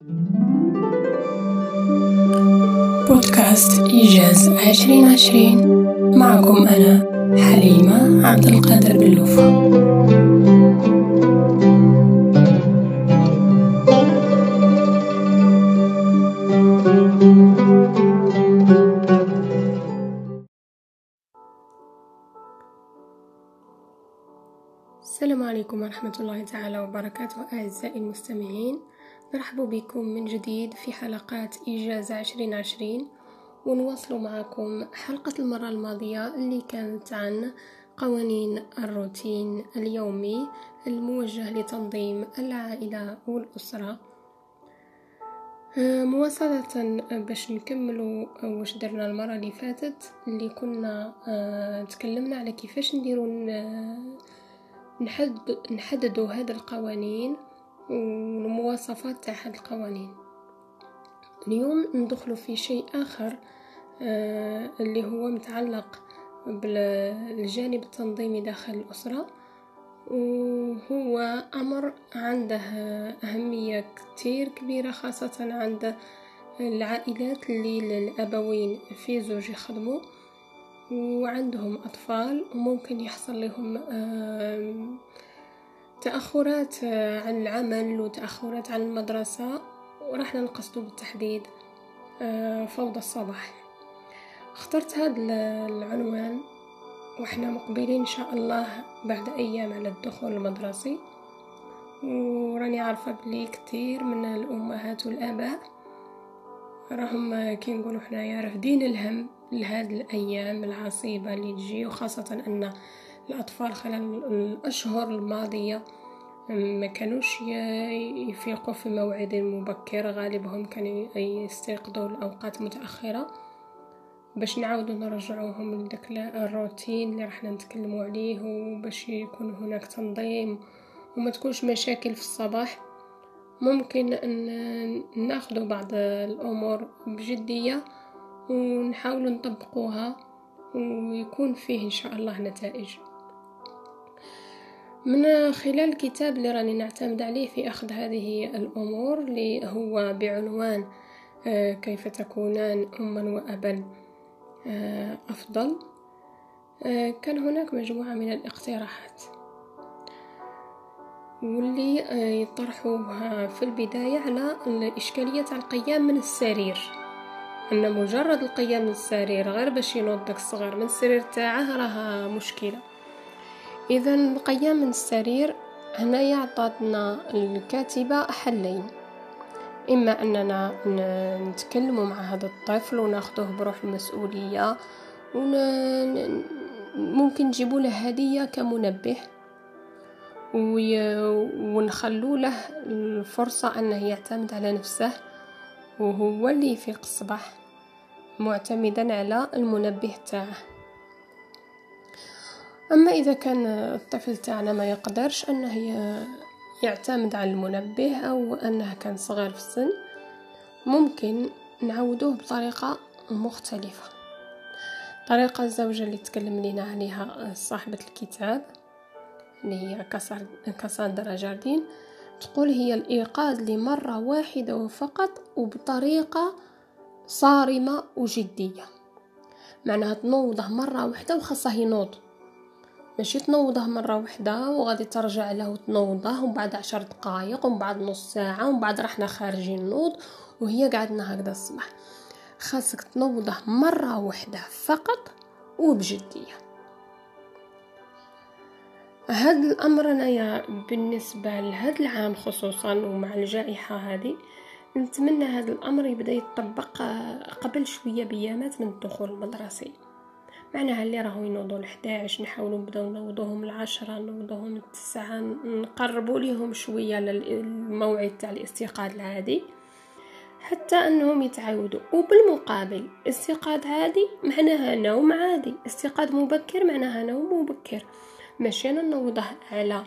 بودكاست إيجاز 2020. معكم أنا حليمة عبد القادر باللوفة. السلام عليكم ورحمة الله تعالى وبركاته. أعزائي المستمعين، نرحب بكم من جديد في حلقات إيجاز 2020، ونواصل معكم حلقة المرة الماضية اللي كانت عن قوانين الروتين اليومي الموجه لتنظيم العائلة والأسرة. مواصلة باش نكملوا واش درنا المرة اللي فاتت، اللي كنا تكلمنا على كيفاش نديروا نحددوا هذه القوانين والمواصفات تاع هذه القوانين. اليوم ندخلوا في شيء آخر اللي هو متعلق بالجانب التنظيمي داخل الأسرة، وهو أمر عنده أهمية كتير كبيرة، خاصة عند العائلات اللي الأبوين في زوج يخدموا وعندهم أطفال، وممكن يحصل لهم تأخرات عن العمل وتأخرات عن المدرسة، ورحنا نقصده بالتحديد فوضى الصباح. اخترت هذا العنوان وإحنا مقبلين إن شاء الله بعد أيام على الدخول المدرسي، وراني عارفة بلي كتير من الأمهات والآباء راهم كي نقولوا حنايا رافدين الهم لهذه الأيام العصيبة اللي تجي، وخاصة أن الأطفال خلال الأشهر الماضية ما كانوش يفيقوا في موعد مبكر، غالبهم كانوا يستيقظوا لأوقات متأخرة باش نعاودوا نرجعوهم لذاك الروتين اللي راح نتكلموا عليه، وباش يكون هناك تنظيم وما تكونش مشاكل في الصباح. ممكن أن ناخذ بعض الأمور بجدية ونحاول نطبقوها ويكون فيه إن شاء الله نتائج. من خلال الكتاب اللي راني نعتمد عليه في أخذ هذه الأمور، اللي هو بعنوان كيف تكونان أما وأبا أفضل، كان هناك مجموعة من الاقتراحات واللي يطرحوها في البداية على الإشكالية على القيام من السرير، أن مجرد القيام من السرير غير باش ينوض داك الصغير من السرير تاعه راها مشكلة. إذا القيام من السرير هنا يعطتنا الكاتبة حلين: إما أننا نتكلم مع هذا الطفل وناخذه بروح المسؤولية، ممكن نجيبوا له هدية كمنبه ونخلوا له الفرصة أنه يعتمد على نفسه وهو اللي يفيق الصباح معتمدا على المنبه تاعه. أما إذا كان الطفل تاعنا ما يقدرش أنه يعتمد على المنبه أو أنه كان صغير في السن، ممكن نعودوه بطريقة مختلفة. طريقة الزوجة اللي تكلم لنا عليها صاحبة الكتاب اللي هي كاساندرا جاردين، تقول هي الإيقاظ لمرة واحدة وفقط وبطريقة صارمة وجدية. معناها تنوضه مرة واحدة وخاصة ينوض، ماشي تنوضه مرة واحدة وغادي ترجع له تنوضه وبعد 10 دقائق وبعد نص ساعة وبعد رحنا خارجين نوض وهي قعدنا هكذا الصباح. خاصك تنوضه مرة واحدة فقط وبجدية. هذا الأمر أنا بالنسبة لهذا العام خصوصا ومع الجائحة هذه نتمنى هذا الأمر يبدأ يتطبق قبل شوية بيامات من الدخول المدرسي. معناها اللي راهو ينوضوا 11 نحاولوا نبداو نوضوهم 10، نوضوهم 9، نقربوا ليهم شوية للموعد تاع الاستيقاظ العادي حتى أنهم يتعودوا. وبالمقابل استيقاظ عادي معناها نوم عادي، استيقاظ مبكر معناها نوم مبكر، ماشي أنا نوضه على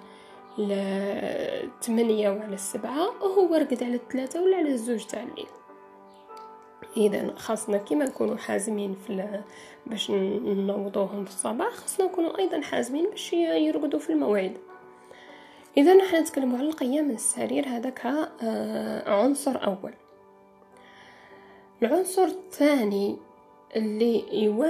8 وعلى 7 وهو رقد على 3 ولا على 2 تاع الليل. إذا خاصنا كيما نكونوا حازمين باش نوضوهم في الصباح، خاصنا نكونوا أيضا حازمين باش يرقدوا في الموعد. اذا نحن نتكلم على القيام من السرير، هذاك عنصر اول. العنصر الثاني اللي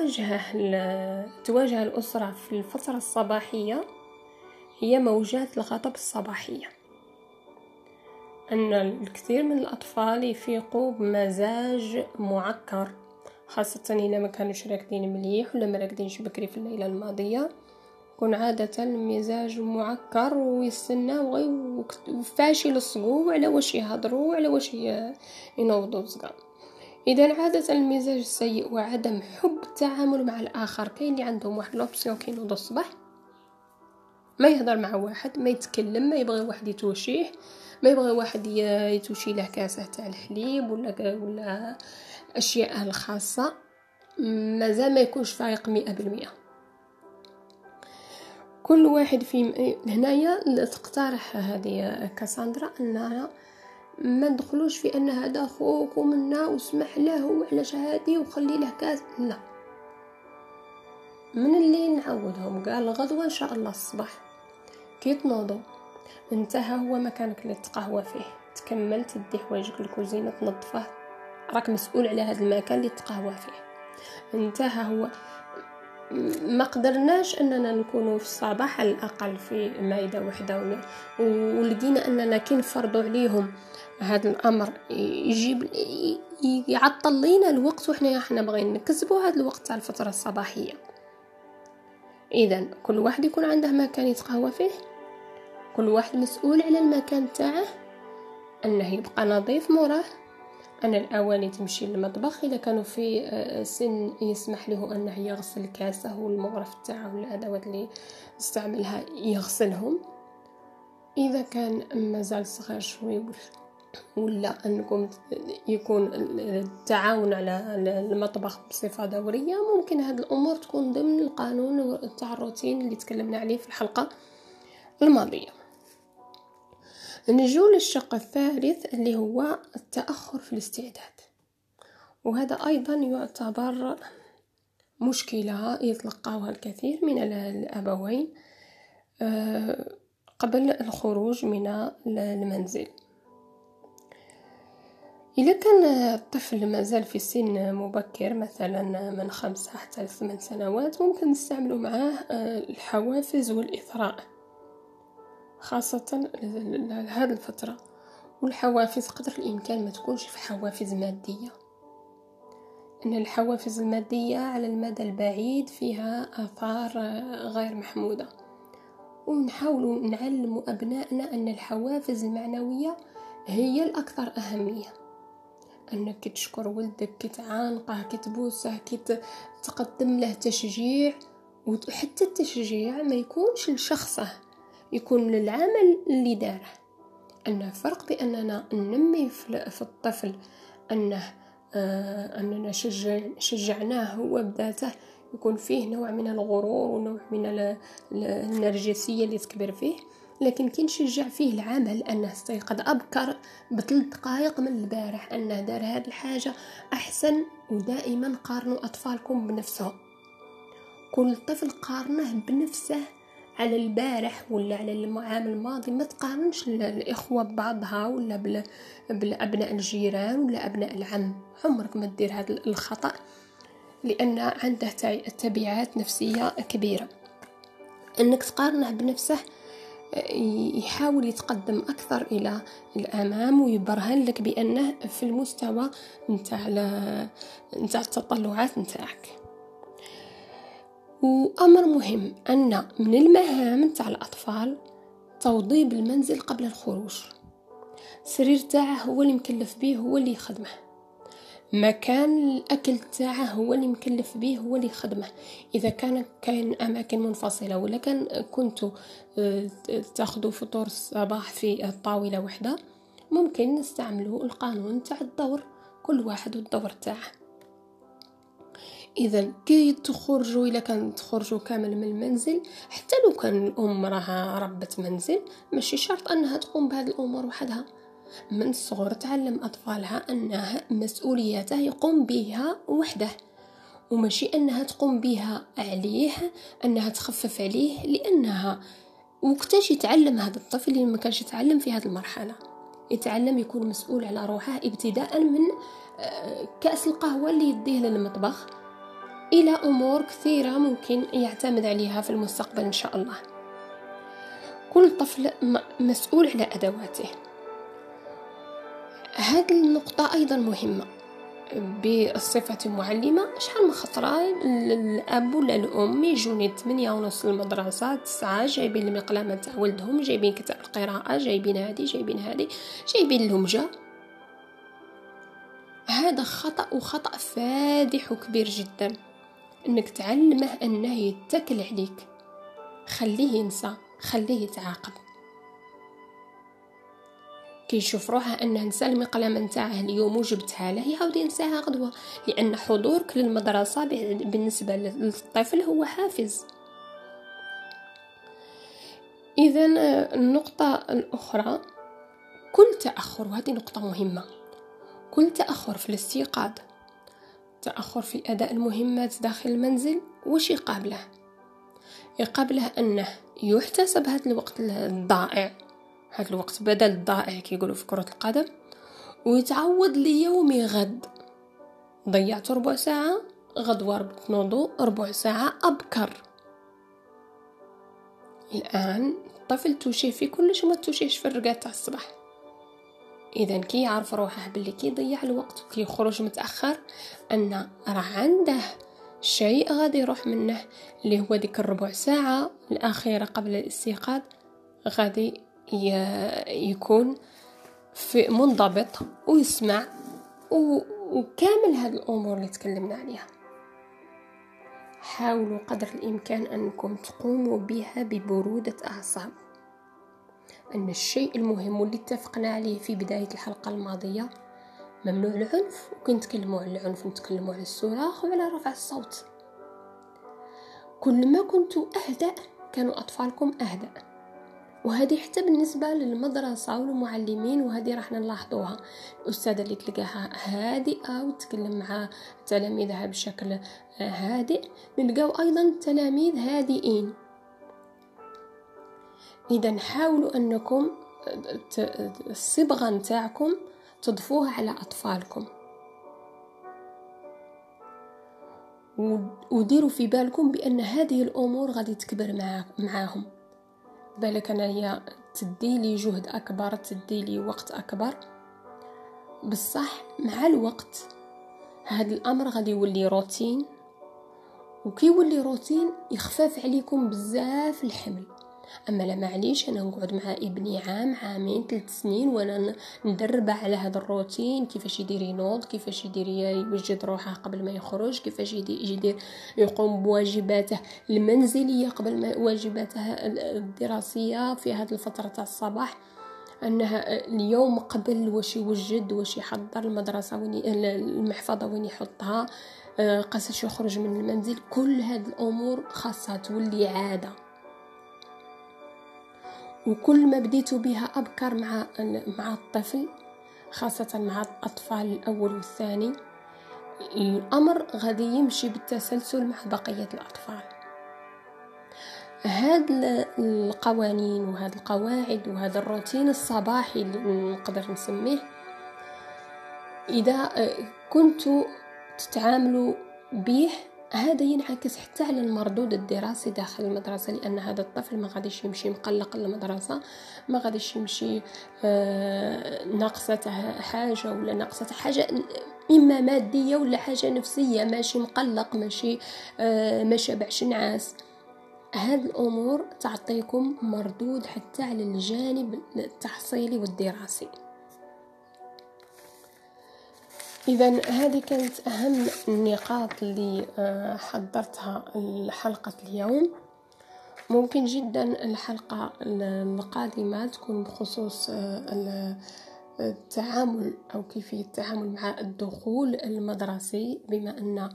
تواجه الأسرة في الفترة الصباحية هي موجات الغضب الصباحية. أن الكثير من الأطفال يفيقوا بمزاج معكر، خاصة إذا ما كانوش راكدين مليح ولا ما راكدينش بكري في الليلة الماضية، يكون عادة المزاج معكر ويستنى وفاشل الصقوع على واش يهضروا على واش ينوضوا الصقا. إذا عادة المزاج السيء وعدم حب التعامل مع الآخر، كاين اللي عندهم واحد لوبسيون كينوض الصباح ما يهضر مع واحد، ما يتكلم، ما يبغي واحد يتوشيه، ما يبغي واحد يتوشي له كاسه تاع الحليب ولا أشياء الخاصة، مازال ما يكونش فايق 100%. كل واحد في هنايا تقترح هذه كاساندرا أننا ما ندخلوش في أن هذا أخوك ومنا واسمح له وعلاش هادي وخلي له كاس، لا، من اللي نعودهم قال غدوة إن شاء الله الصباح كي تنوضوا انتهى هو مكانك اللي تقهوى فيه، تكمل تدي حوايجك الكوزينة تنظفه، راك مسؤول على هذا المكان اللي تقهوى فيه، انتهى هو. ما قدرناش اننا نكونوا في الصباح على الاقل في مائده وحده ولقينا اننا كي نفرضوا عليهم هذا الامر يجيب يعطل لينا الوقت، وحنا باغيين نكسبوا هذا الوقت تاع الفتره الصباحيه. اذا كل واحد يكون عنده مكان يتقهوى فيه، كل واحد مسؤول على المكان تاعه، انه يبقى نظيف موراه، أن الأواني تمشي للمطبخ إذا كانوا في سن يسمح له أنه يغسل كاسه والمغرف تاعه والأدوات اللي يستعملها يغسلهم. إذا كان مازال صغير شوي ولا أنكم يكون التعاون على المطبخ بصفة دورية، ممكن هذه الأمور تكون ضمن القانون تاع الروتين اللي تكلمنا عليه في الحلقة الماضية. نجول للشق الثالث اللي هو التأخر في الاستعداد، وهذا أيضا يعتبر مشكلة يتلقاها الكثير من الأبوين قبل الخروج من المنزل. إذا كان الطفل مازال في سن مبكر مثلا من 5 حتى 8 سنوات، ممكن نستعمل معاه الحوافز والإثراء خاصة لهذه الفترة. والحوافز قدر الإمكان ما تكونش في حوافز مادية، أن الحوافز المادية على المدى البعيد فيها آثار غير محمودة، ونحاول نعلم أبنائنا أن الحوافز المعنوية هي الأكثر أهمية، أنك تشكر ولدك، كي تعانقه، كي تبوسه، كي تقدم له تشجيع. وحتى التشجيع ما يكونش لشخصه، يكون للعمل اللي داره. أن فرق بأننا ننمي في الطفل أننا شجعناه هو بذاته، يكون فيه نوع من الغرور ونوع من النرجسية اللي تكبر فيه، لكن كي نشجع فيه العمل، أنه استيقظ أبكر ب3 دقائق من البارح، أنه دار هذه الحاجة أحسن. ودائما قارنوا أطفالكم بنفسهم، كل طفل قارنه بنفسه على البارح ولا على العام الماضي، ما تقارنش الإخوة ببعضها ولا بالأبناء الجيران ولا أبناء العم، عمرك ما تدير هذا الخطأ، لأن عنده تبعات نفسية كبيرة. أنك تقارنه بنفسه يحاول يتقدم أكثر إلى الأمام ويبرهن لك بأنه في المستوى نتاع التطلعات نتاعك. وأمر مهم أن من المهام تاع الأطفال توضيب المنزل قبل الخروج. السرير تاعه هو اللي مكلف به، هو اللي يخدمه. مكان الأكل تاعه هو اللي مكلف به، هو اللي يخدمه. إذا كان أماكن منفصلة ولا كنتوا تاخذوا فطور الصباح في الطاولة واحدة، ممكن نستعملوا القانون تاع الدور، كل واحد والدور تاعه. إذا كي تخرجوا، إلا كان تخرجوا كامل من المنزل، حتى لو كان الأم راها ربة منزل، ماشي شرط أنها تقوم بهذه الأمور وحدها. من الصغر تعلم أطفالها أنها مسؤولياته يقوم بها وحده، وماشي أنها تقوم بها عليه، أنها تخفف عليه، لأنها وقتاش يتعلم هذا الطفل اللي ما كانش يتعلم في هذه المرحلة؟ يتعلم يكون مسؤول على روحه ابتداء من كأس القهوة اللي يديه للمطبخ إلى أمور كثيرة ممكن يعتمد عليها في المستقبل إن شاء الله. كل طفل مسؤول على أدواته. هذه النقطة أيضا مهمة. بصفة معلمة شحال من خطرة الأب ولا الأم يجوني 8:30 المدرسة 9 جايبين المقلمة تاع ولدهم، جايبين كتاب القراءة، جايبين هذه جايبين اللمجة. هذا خطأ، وخطأ فادح وكبير جدا. انك تعلمه انه يتكل عليك، خليه ينسى، خليه يتعاقب. كي يشوف روحه انه نسى المقلمه نتاعه اليوم وجبتها له يعاود ينساها غدوه، لان حضورك للمدرسه بالنسبه للطفل هو حافز. اذا النقطه الاخرى، كل تاخر، وهذه نقطه مهمه، كل تاخر في الاستيقاظ، تاخر في اداء المهمات داخل المنزل، وش يقابله انه يحتسب هذا الوقت الضائع، هذا الوقت بدل الضائع كي يقولوا في كرة القدم، ويتعوض ليومي غد. ضيعت ربع ساعة، غدوة تنوضوا ربع ساعة أبكر. الآن الطفل توشيه في كلش وما توشيش في الرقاد تاع الصباح. إذا كي يعرف روحه باللي كي يضيع الوقت وكي يخرج متأخر أن راه عنده شيء غادي يروح منه، اللي هو ديك الربع ساعة الأخيرة قبل الاستيقاظ، غادي يكون في منضبط ويسمع وكامل هذه الأمور اللي تكلمنا عليها. حاولوا قدر الإمكان أنكم تقوموا بها ببرودة أعصاب. أن الشيء المهم واللي اتفقنا عليه في بداية الحلقة الماضية، ممنوع العنف، وكنت نتكلموا على العنف نتكلموا على الصراخ وعلى رفع الصوت. كل ما كنتوا أهدأ كانوا أطفالكم أهدأ. وهذه حتى بالنسبة للمدرسة والمعلمين، وهذه راح نلاحظوها. الأستاذة اللي تلقاها هادئة وتتكلم مع تلاميذها بشكل هادئ، نلقاو أيضا تلاميذ هادئين. إذا حاولوا أنكم الصبغة نتاعكم تضفوها على أطفالكم، وديروا في بالكم بأن هذه الأمور غادي تكبر معاهم. بالك أنا هي تديلي جهد أكبر، تديلي وقت أكبر، بالصح مع الوقت هذا الأمر غادي يولي روتين، وكي يولي روتين يخفف عليكم بزاف الحمل. أما لا معليش أنا نقعد مع ابني عام، عامين، 3 سنين وأنا ندربه على هذا الروتين، كيفاش يدير ينوض، كيفاش يدير يوجد روحه قبل ما يخرج، كيفاش يدير يقوم بواجباته المنزلية قبل ما واجباته الدراسية في هذه الفترة تاع الصباح، أنها اليوم قبل واش يوجد، واش يحضر المدرسة، المحفظة وين يحطها، قاسش يخرج من المنزل. كل هذه الأمور خاصة تولي عادة، وكل ما بديتوا بها أبكر مع الطفل، خاصة مع الأطفال الأول والثاني، الأمر غادي يمشي بالتسلسل مع بقية الأطفال. هذه القوانين وهذه القواعد وهذا الروتين الصباحي اللي نقدر نسميه، إذا كنتوا تتعاملوا به، هذا ينعكس حتى على المردود الدراسي داخل المدرسة، لأن هذا الطفل ما غاديش يمشي مقلق للمدرسة، ما غاديش يمشي ناقصته حاجة ولا ناقصته حاجة إما مادية ولا حاجة نفسية، ماشي مقلق، ماشي ما شبعش نعاس. هذه الأمور تعطيكم مردود حتى على الجانب التحصيلي والدراسي. إذن هذه كانت أهم النقاط اللي حضرتها لحلقة اليوم. ممكن جدا الحلقة القادمة تكون بخصوص التعامل أو كيفية التعامل مع الدخول المدرسي، بما أن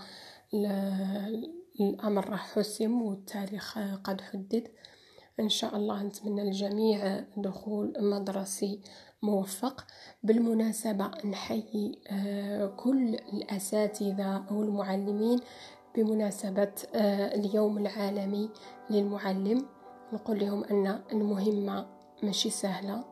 الأمر راح حسم والتاريخ قد حدد. إن شاء الله نتمنى للجميع دخول مدرسي موفق. بالمناسبة نحيي كل الأساتذة والمعلمين بمناسبة اليوم العالمي للمعلم، نقول لهم أن المهمة ماشي سهلة،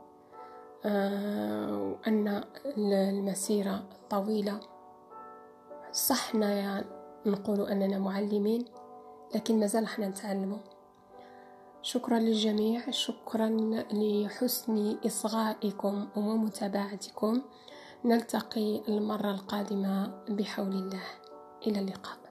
وأن المسيرة طويلة. صحنا يعني نقول أننا معلمين، لكن مازال احنا نتعلموا. شكرا للجميع، شكرا لحسن إصغائكم ومتابعتكم. نلتقي المرة القادمة بحول الله. إلى اللقاء.